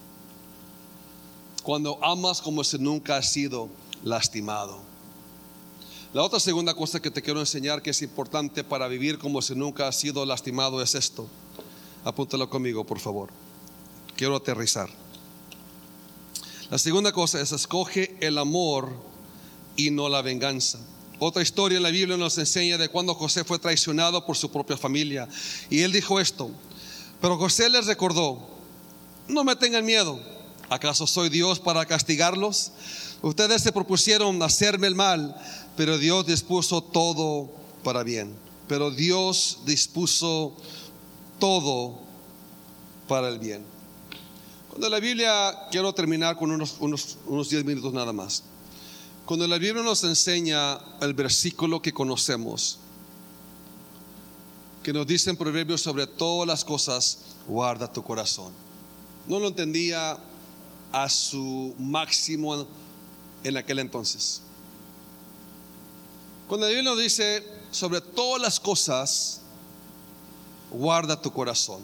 cuando amas como si nunca has sido lastimado. La otra segunda cosa que te quiero enseñar, que es importante para vivir como si nunca has sido lastimado, es esto. Apúntalo conmigo, por favor. Quiero aterrizar. La segunda cosa es: escoge el amor y no la venganza. Otra historia en la Biblia nos enseña de cuando José fue traicionado por su propia familia, y él dijo esto: pero José les recordó: no me tengan miedo, ¿acaso soy Dios para castigarlos? Ustedes se propusieron hacerme el mal, pero Dios dispuso todo para bien. Pero Dios dispuso todo para el bien. Cuando la Biblia, quiero terminar con unos 10 minutos nada más. Cuando la Biblia nos enseña el versículo que conocemos, que nos dice en Proverbios: sobre todas las cosas guarda tu corazón. No lo entendía a su máximo en aquel entonces. Cuando la Biblia nos dice: sobre todas las cosas guarda tu corazón,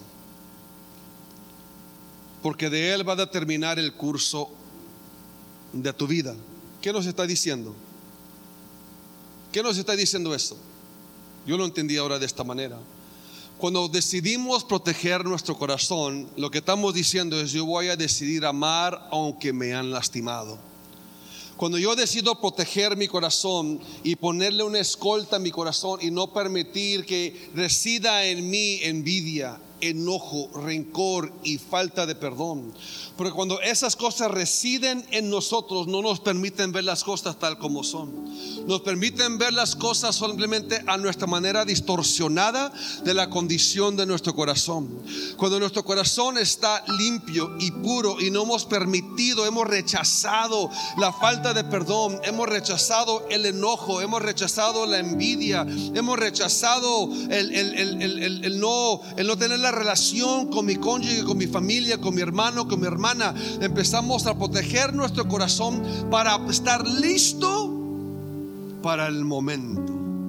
porque de él va a determinar el curso de tu vida. ¿Qué nos está diciendo? ¿Qué nos está diciendo eso? Yo lo entendí ahora de esta manera. Cuando decidimos proteger nuestro corazón, lo que estamos diciendo es: yo voy a decidir amar aunque me han lastimado. Cuando yo decido proteger mi corazón y ponerle una escolta a mi corazón y no permitir que resida en mí envidia, enojo, rencor y falta de perdón, porque cuando esas cosas residen en nosotros, no nos permiten ver las cosas tal como son. Nos permiten ver las cosas simplemente a nuestra manera distorsionada de la condición de nuestro corazón. Cuando nuestro corazón está limpio y puro y no hemos permitido, hemos rechazado la falta de perdón, hemos rechazado el enojo, hemos rechazado la envidia, hemos rechazado el no tener la relación con mi cónyuge, con mi familia, con mi hermano, con mi hermana, empezamos a proteger nuestro corazón para estar listo para el momento.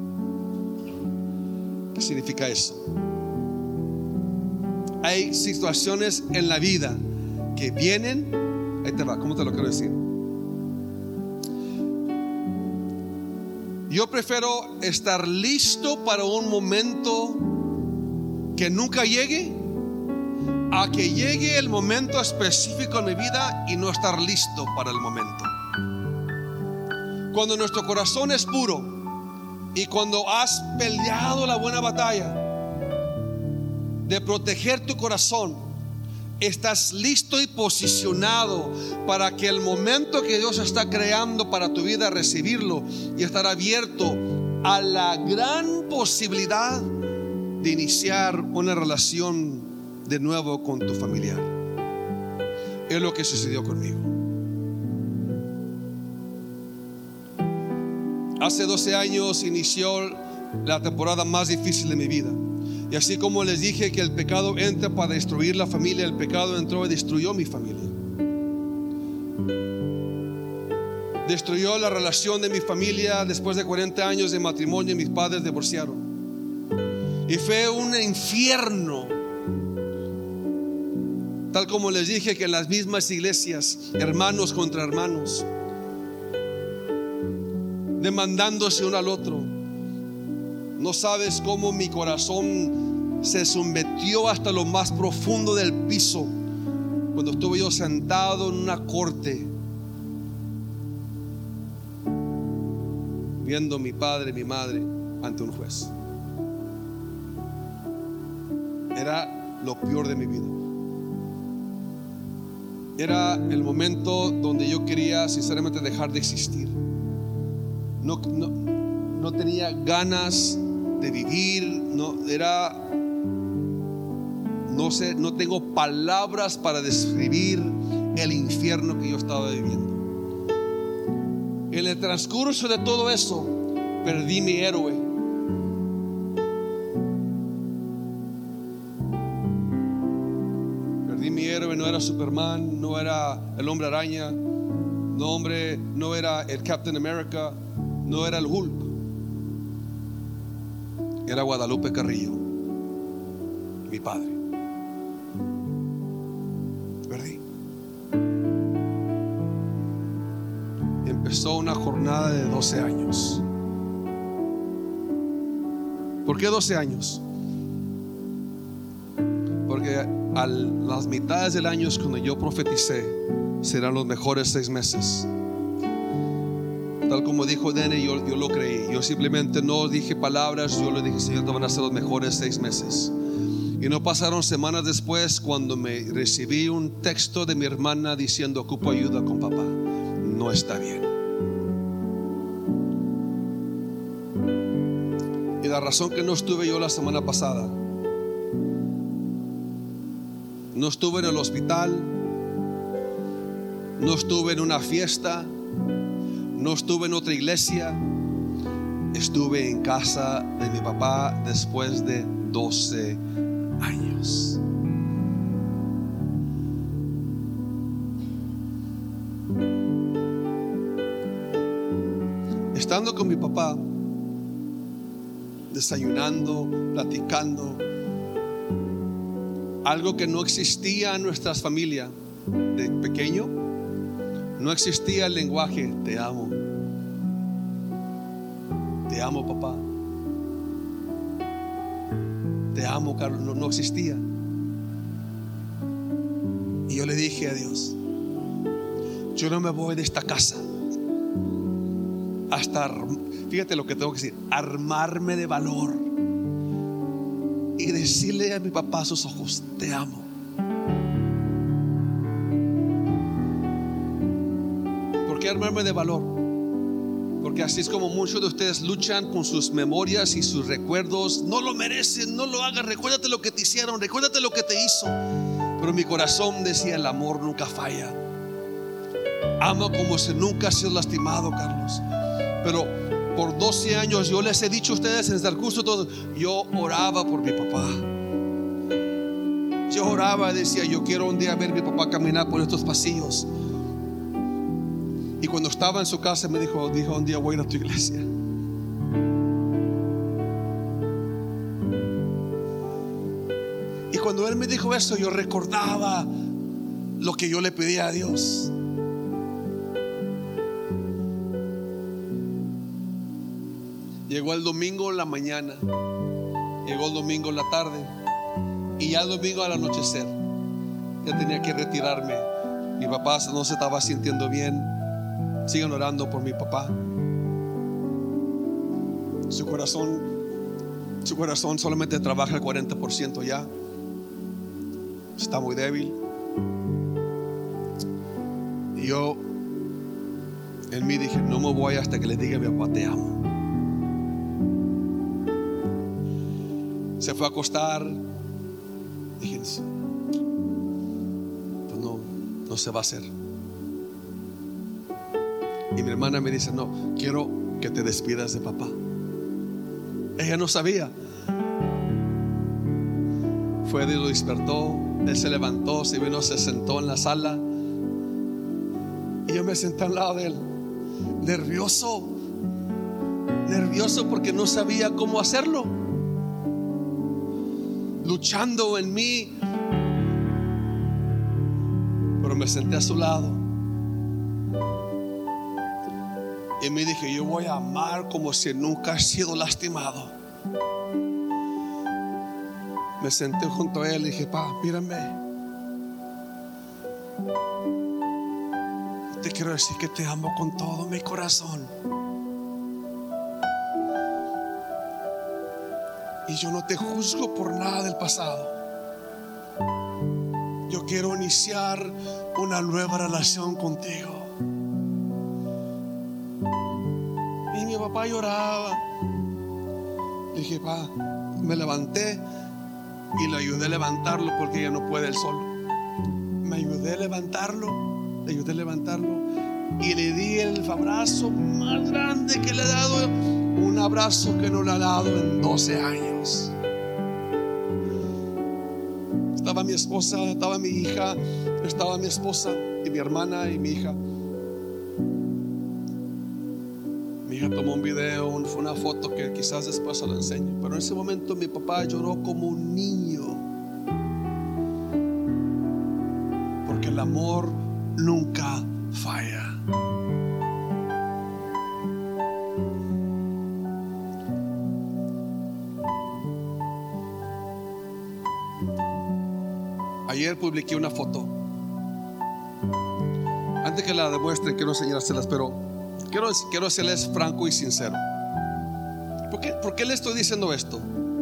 ¿Qué significa eso? Hay situaciones en la vida que vienen. Ahí te va, ¿cómo te lo quiero decir? Yo prefiero estar listo para un momento que nunca llegue, a que llegue el momento específico en mi vida y no estar listo para el momento. Cuando nuestro corazón es puro y cuando has peleado la buena batalla de proteger tu corazón, estás listo y posicionado para que el momento que Dios está creando para tu vida, recibirlo y estar abierto a la gran posibilidad de iniciar una relación de nuevo con tu familiar. Es lo que sucedió conmigo. Hace 12 años inició la temporada más difícil de mi vida. Y así como les dije que el pecado entra para destruir la familia, el pecado entró y destruyó mi familia. Destruyó la relación de mi familia. Después de 40 años de matrimonio, mis padres divorciaron. Y fue un infierno. Tal como les dije que en las mismas iglesias, hermanos contra hermanos, demandándose uno al otro. No sabes cómo mi corazón se sometió hasta lo más profundo del piso cuando estuve yo sentado en una corte viendo a mi padre y mi madre ante un juez. Era lo peor de mi vida. Era el momento donde yo quería sinceramente dejar de existir. No tenía ganas de vivir. No tengo palabras para describir el infierno que yo estaba viviendo. En el transcurso de todo eso, perdí mi héroe. Perdí mi héroe. No era Superman, no era el Hombre Araña, no era el Captain America, no era el Hulk. Era Guadalupe Carrillo, mi padre. Perdí. Empezó una jornada de 12 años. ¿Por qué 12 años? Porque a las mitades del año, cuando yo profeticé, serán los mejores 6 meses. Tal como dijo Dene, yo lo creí. Yo simplemente no dije palabras. Yo le dije: Señor, te van a ser los mejores 6 meses. Y no pasaron semanas después cuando me recibí un texto de mi hermana diciendo: ocupo ayuda con papá, no está bien. Y la razón que no estuve yo la semana pasada, no estuve en el hospital, no estuve en una fiesta, no estuve en otra iglesia, estuve en casa de mi papá después de 12 años. Estando con mi papá, desayunando, platicando, algo que no existía en nuestras familias de pequeño, no existía el lenguaje: te amo, papá, te amo, Carlos. No existía. Y yo le dije a Dios: yo no me voy de esta casa hasta, fíjate lo que tengo que decir, armarme de valor y decirle a mi papá a sus ojos: te amo. ¿Por qué armarme de valor? Porque así es como muchos de ustedes luchan con sus memorias y sus recuerdos. No lo merecen, no lo hagas. Recuérdate lo que te hicieron, recuérdate lo que te hizo. Pero mi corazón decía: el amor nunca falla. Ama como si nunca has sido lastimado, Carlos. Pero por 12 años yo les he dicho a ustedes en el curso todo, yo oraba por mi papá. Yo oraba y decía: yo quiero un día ver a mi papá caminar por estos pasillos. Y cuando estaba en su casa me dijo un día: voy a ir a tu iglesia. Y cuando él me dijo eso, yo recordaba lo que yo le pedía a Dios. Llegó el domingo en la mañana, llegó el domingo en la tarde, y ya el domingo al anochecer ya tenía que retirarme. Mi papá no se estaba sintiendo bien. Sigan orando por mi papá. Su corazón solamente trabaja el 40% ya. Está muy débil. Y yo en mí dije, no me voy hasta que le diga a mi papá te amo. Se fue a acostar. Dije, pues no se va a hacer. Y mi hermana me dice, no, quiero que te despidas de papá. Ella no sabía. Fue y lo despertó. Él se levantó, se vino, se sentó en la sala. Y yo me senté al lado de él, nervioso porque no sabía cómo hacerlo, luchando en mí. Pero me senté a su lado y me dije, yo voy a amar como si nunca he sido lastimado. Me senté junto a él y dije, pa, mírame, te quiero decir que te amo con todo mi corazón. Y yo no te juzgo por nada del pasado. Yo quiero iniciar una nueva relación contigo. Y mi papá lloraba. Le dije, pa, me levanté y le ayudé a levantarlo porque ella no puede él solo. Me ayudé a levantarlo. Le ayudé a levantarlo y le di el abrazo más grande que le he dado. Un abrazo que no le ha dado en 12 años. Estaba mi esposa, estaba mi hija, estaba mi esposa y mi hermana y mi hija. Mi hija tomó un video, fue una foto que quizás después se lo enseño. Pero en ese momento mi papá lloró como un niño, porque el amor nunca falla. Ayer publiqué una foto. Antes que la demuestren, quiero enseñárselas, pero quiero serles franco y sincero. ¿Por qué les estoy diciendo esto?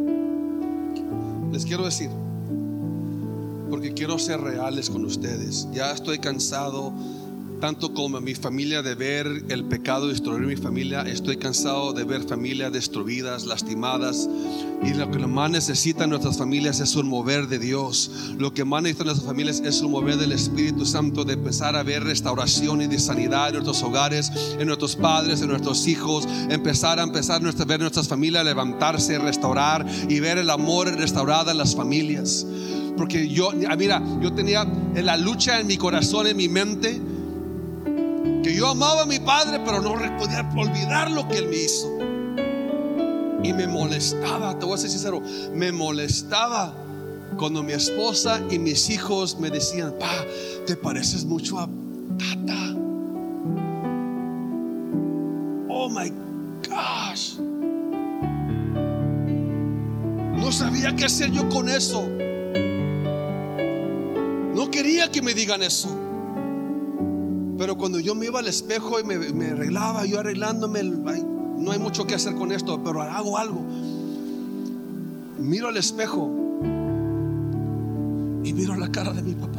Les quiero decir, porque quiero ser reales con ustedes. Ya estoy cansado, tanto como mi familia, de ver el pecado destruir mi familia. Estoy cansado de ver familias destruidas, lastimadas. Y lo que más necesitan nuestras familias es un mover de Dios. Lo que más necesitan nuestras familias es un mover del Espíritu Santo, de empezar a ver restauración y de sanidad en nuestros hogares, en nuestros padres, en nuestros hijos. Empezar a ver nuestras familias levantarse, restaurar y ver el amor restaurado en las familias. Porque yo tenía la lucha en mi corazón, en mi mente, que yo amaba a mi padre, pero no podía olvidar lo que él me hizo. Y me molestaba, te voy a ser sincero, me molestaba cuando mi esposa y mis hijos me decían, pa, te pareces mucho a tata. Oh my gosh. No sabía qué hacer yo con eso. No quería que me digan eso. Pero cuando yo me iba al espejo y me arreglaba, yo arreglándome, no hay mucho que hacer con esto, pero hago algo. Miro al espejo y miro la cara de mi papá.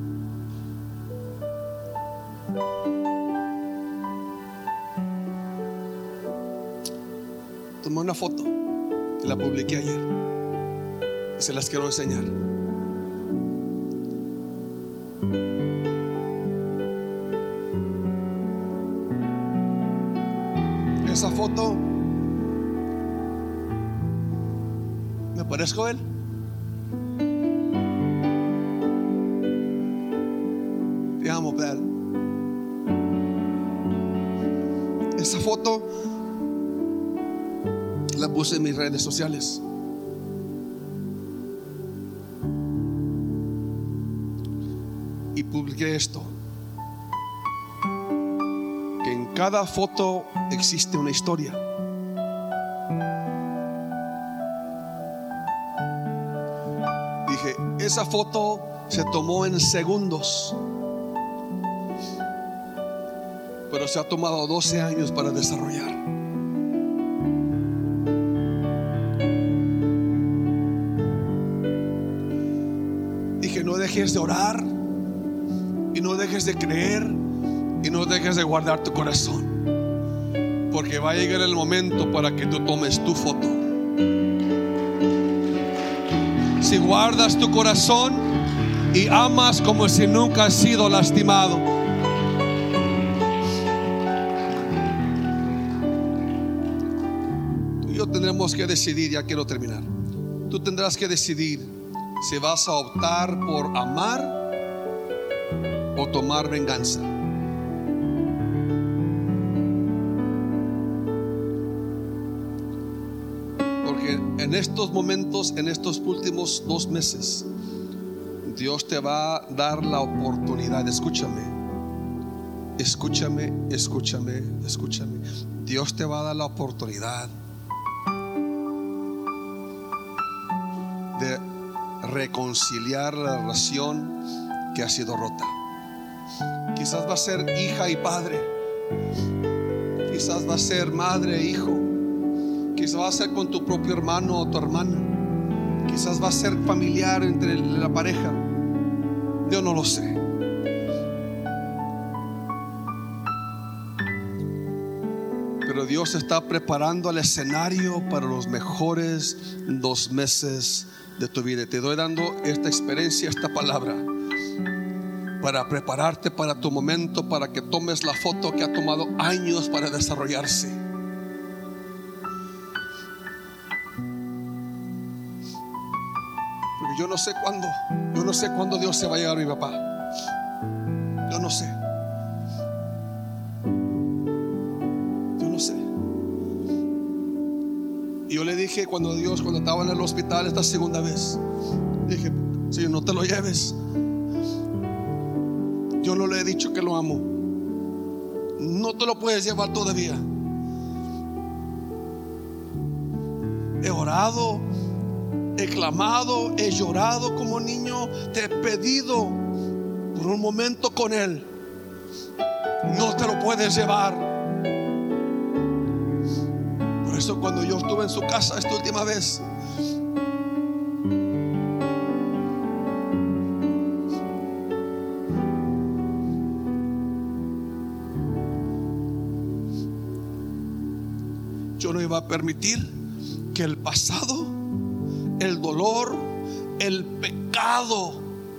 Tomé una foto que la publiqué ayer y se las quiero enseñar. Esa foto, ¿me parezco a él? Te amo, Pedro. Esa foto la puse en mis redes sociales. Y publiqué esto: que en cada foto existe una historia. esa foto se tomó en segundos, pero se ha tomado 12 años para desarrollar. Dije, no dejes de orar, y no dejes de creer, y no dejes de guardar tu corazón, porque va a llegar el momento para que tú tomes tu foto. Si guardas tu corazón y amas como si nunca has sido lastimado, tú y yo tendremos que decidir. Ya quiero terminar. Tú tendrás que decidir si vas a optar por amar o tomar venganza. Porque en estos momentos, en estos últimos 2 meses, Dios te va a dar la oportunidad. Escúchame, escúchame, escúchame, escúchame. Dios te va a dar la oportunidad de reconciliar la relación que ha sido rota. Quizás va a ser hija y padre, quizás va a ser madre e hijo, quizás va a ser con tu propio hermano o tu hermana, quizás va a ser familiar entre la pareja. Yo no lo sé. Pero Dios está preparando el escenario para los mejores 2 meses de tu vida. Te doy dando esta experiencia, esta palabra, para prepararte para tu momento, para que tomes la foto que ha tomado años para desarrollarse. Porque yo no sé cuándo Dios se va a llevar a mi papá. Yo no sé. Y yo le dije cuando estaba en el hospital esta segunda vez, dije, Señor, no te lo lleves. Yo no le he dicho que lo amo. No te lo puedes llevar todavía. He orado, he clamado, he llorado como niño. Te he pedido por un momento con Él. No te lo puedes llevar. Por eso cuando yo estuve en su casa esta última vez, yo no iba a permitir que el pasado, el dolor, el pecado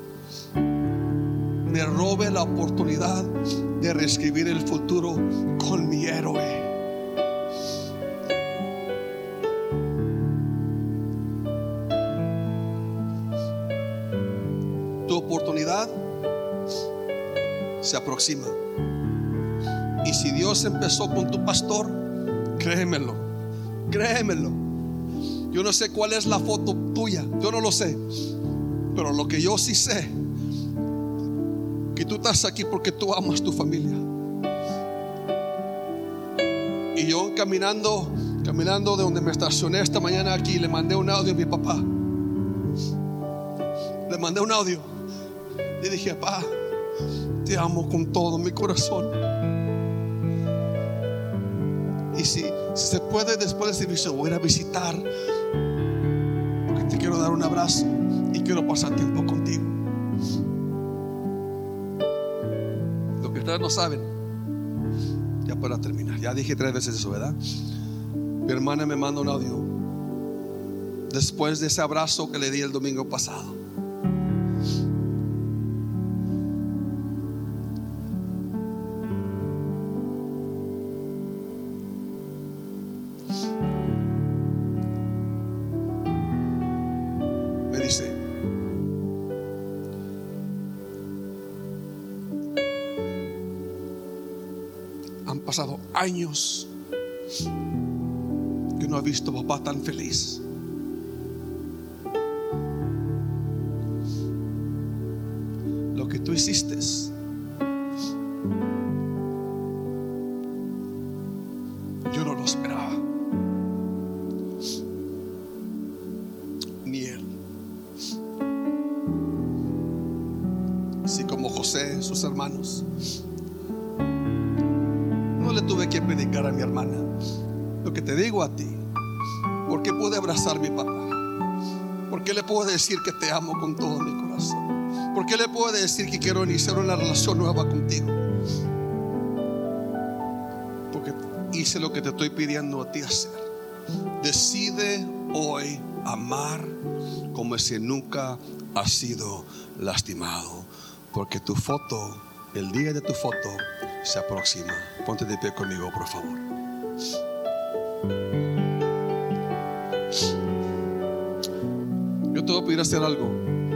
me robe la oportunidad de reescribir el futuro con mi héroe. Tu oportunidad se aproxima. Y si Dios empezó con tu pastor, créemelo, créemelo. Yo no sé cuál es la foto tuya, yo no lo sé, pero lo que yo sí sé, que tú estás aquí porque tú amas tu familia. Y yo caminando de donde me estacioné esta mañana aquí, le mandé un audio a mi papá. Le mandé un audio. Le dije, papá, te amo con todo mi corazón. Y si se puede, después del servicio voy a ir a visitar, porque te quiero dar un abrazo y quiero pasar tiempo contigo. Lo que ustedes no saben, ya para terminar, ya dije 3 veces eso, ¿verdad? Mi hermana me manda un audio después de ese abrazo que le di el domingo pasado. Han pasado años que no he visto a papá tan feliz. Lo que tú hiciste, yo no lo esperaba, ni él. tuve que predicar a mi hermana lo que te digo a ti? ¿Por qué pude abrazar a mi papá? ¿Por qué le puedo decir que te amo con todo mi corazón? ¿Por qué le puedo decir que quiero iniciar una relación nueva contigo? Porque hice lo que te estoy pidiendo a ti hacer. Decide hoy amar como si nunca has sido lastimado, porque tu foto, el día de tu foto se aproxima. Ponte de pie conmigo, por favor. Yo te voy a pedir hacer algo.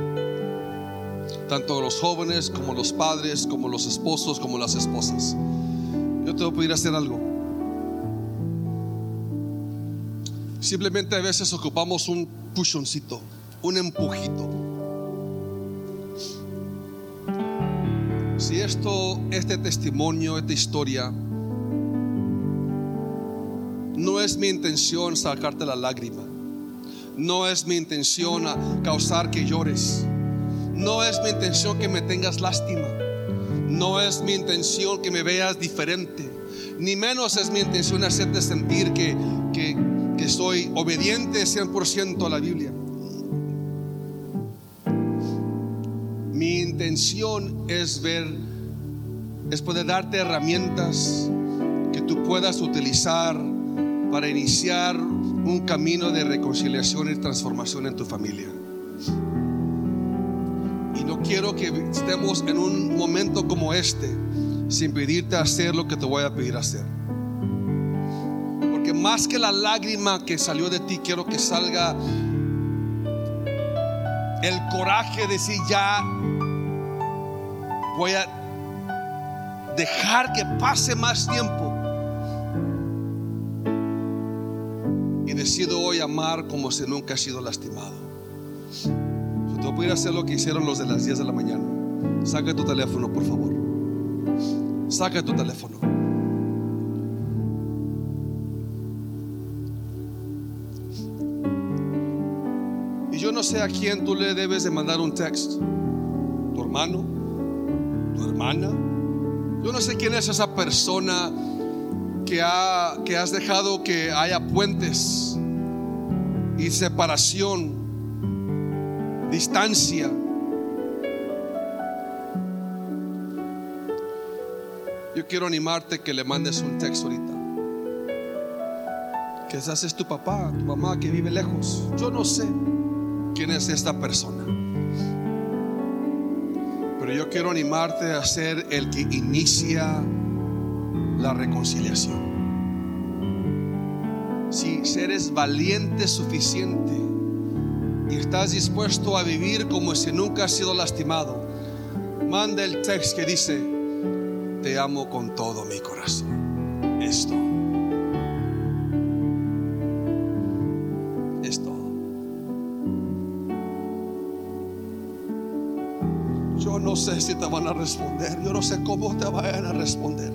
Tanto los jóvenes como los padres, como los esposos, como las esposas. Yo te voy a pedir hacer algo. Simplemente a veces ocupamos un puchoncito, un empujito. Si este testimonio, esta historia, no es mi intención sacarte la lágrima, no es mi intención causar que llores, no es mi intención que me tengas lástima, no es mi intención que me veas diferente, ni menos es mi intención hacerte sentir que soy obediente 100% a la Biblia. Mi intención es poder darte herramientas que tú puedas utilizar para iniciar un camino de reconciliación y transformación en tu familia. Y no quiero que estemos en un momento como este sin pedirte hacer lo que te voy a pedir hacer. Porque más que la lágrima que salió de ti, quiero que salga el coraje de decir: ya voy a dejar que pase más tiempo y decido hoy amar como si nunca he sido lastimado. Yo te voy a pedir hacer lo que hicieron los de las 10 de la mañana. Saca tu teléfono, por favor. Saca tu teléfono. Y yo no sé a quién tú le debes de mandar un texto. Tu hermano, tu hermana. Yo no sé quién es esa persona que has dejado que haya puentes y separación, distancia. Yo quiero animarte que le mandes un texto ahorita. Quizás es tu papá, tu mamá que vive lejos. Yo no sé quién es esta persona, pero yo quiero animarte a ser el que inicia la reconciliación. Si eres valiente suficiente y estás dispuesto a vivir como si nunca has sido lastimado, manda el texto que dice: te amo con todo mi corazón. Es todo. Es todo. Yo no sé si te van a responder, yo no sé cómo te vayan a responder,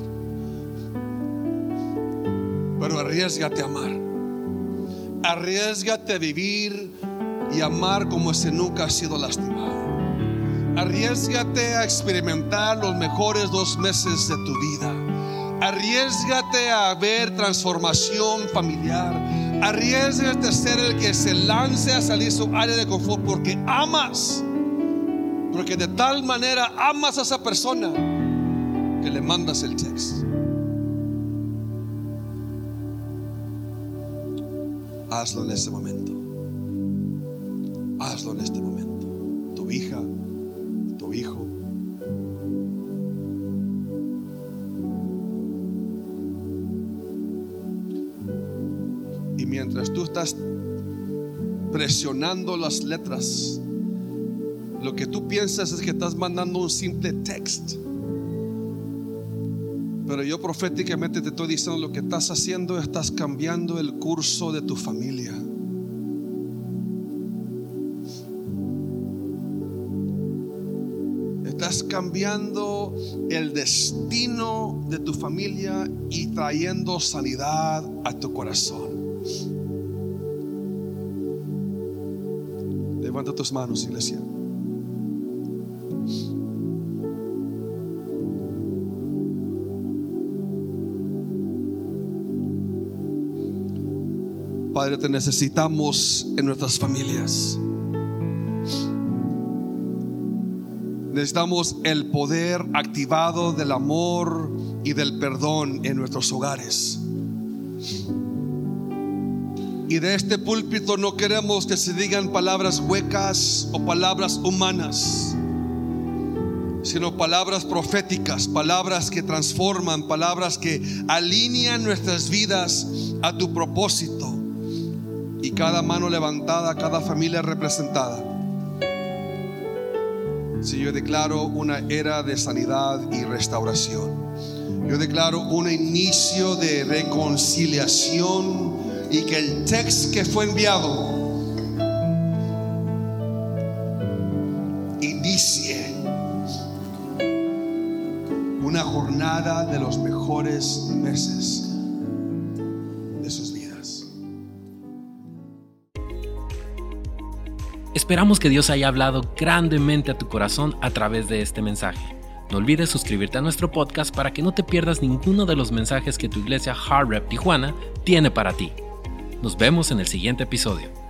pero arriésgate a amar. Arriésgate a vivir y amar como si nunca has sido lastimado. Arriésgate a experimentar los mejores 2 meses de tu vida. Arriésgate a ver transformación familiar. Arriésgate a ser el que se lance a salir su área de confort, porque amas. Porque de tal manera amas a esa persona que le mandas el texto. Hazlo en este momento. Hazlo en este momento. Tu hija, tu hijo. Y mientras tú estás presionando las letras, lo que tú piensas es que estás mandando un simple texto, pero yo proféticamente te estoy diciendo: lo que estás haciendo, estás cambiando el curso de tu familia. Estás cambiando el destino de tu familia y trayendo sanidad a tu corazón. Levanta tus manos, iglesia. Padre, te necesitamos en nuestras familias. Necesitamos el poder activado del amor y del perdón en nuestros hogares. Y de este púlpito no queremos que se digan palabras huecas o palabras humanas, sino palabras proféticas, palabras que transforman, palabras que alinean nuestras vidas a tu propósito. Y cada mano levantada, cada familia representada. Si yo declaro una era de sanidad y restauración, yo declaro un inicio de reconciliación, y que el texto que fue enviado inicie una jornada de los mejores meses de sus vidas. Esperamos que Dios haya hablado grandemente a tu corazón a través de este mensaje. No olvides suscribirte a nuestro podcast para que no te pierdas ninguno de los mensajes que tu iglesia Heart Rep Tijuana tiene para ti. Nos vemos en el siguiente episodio.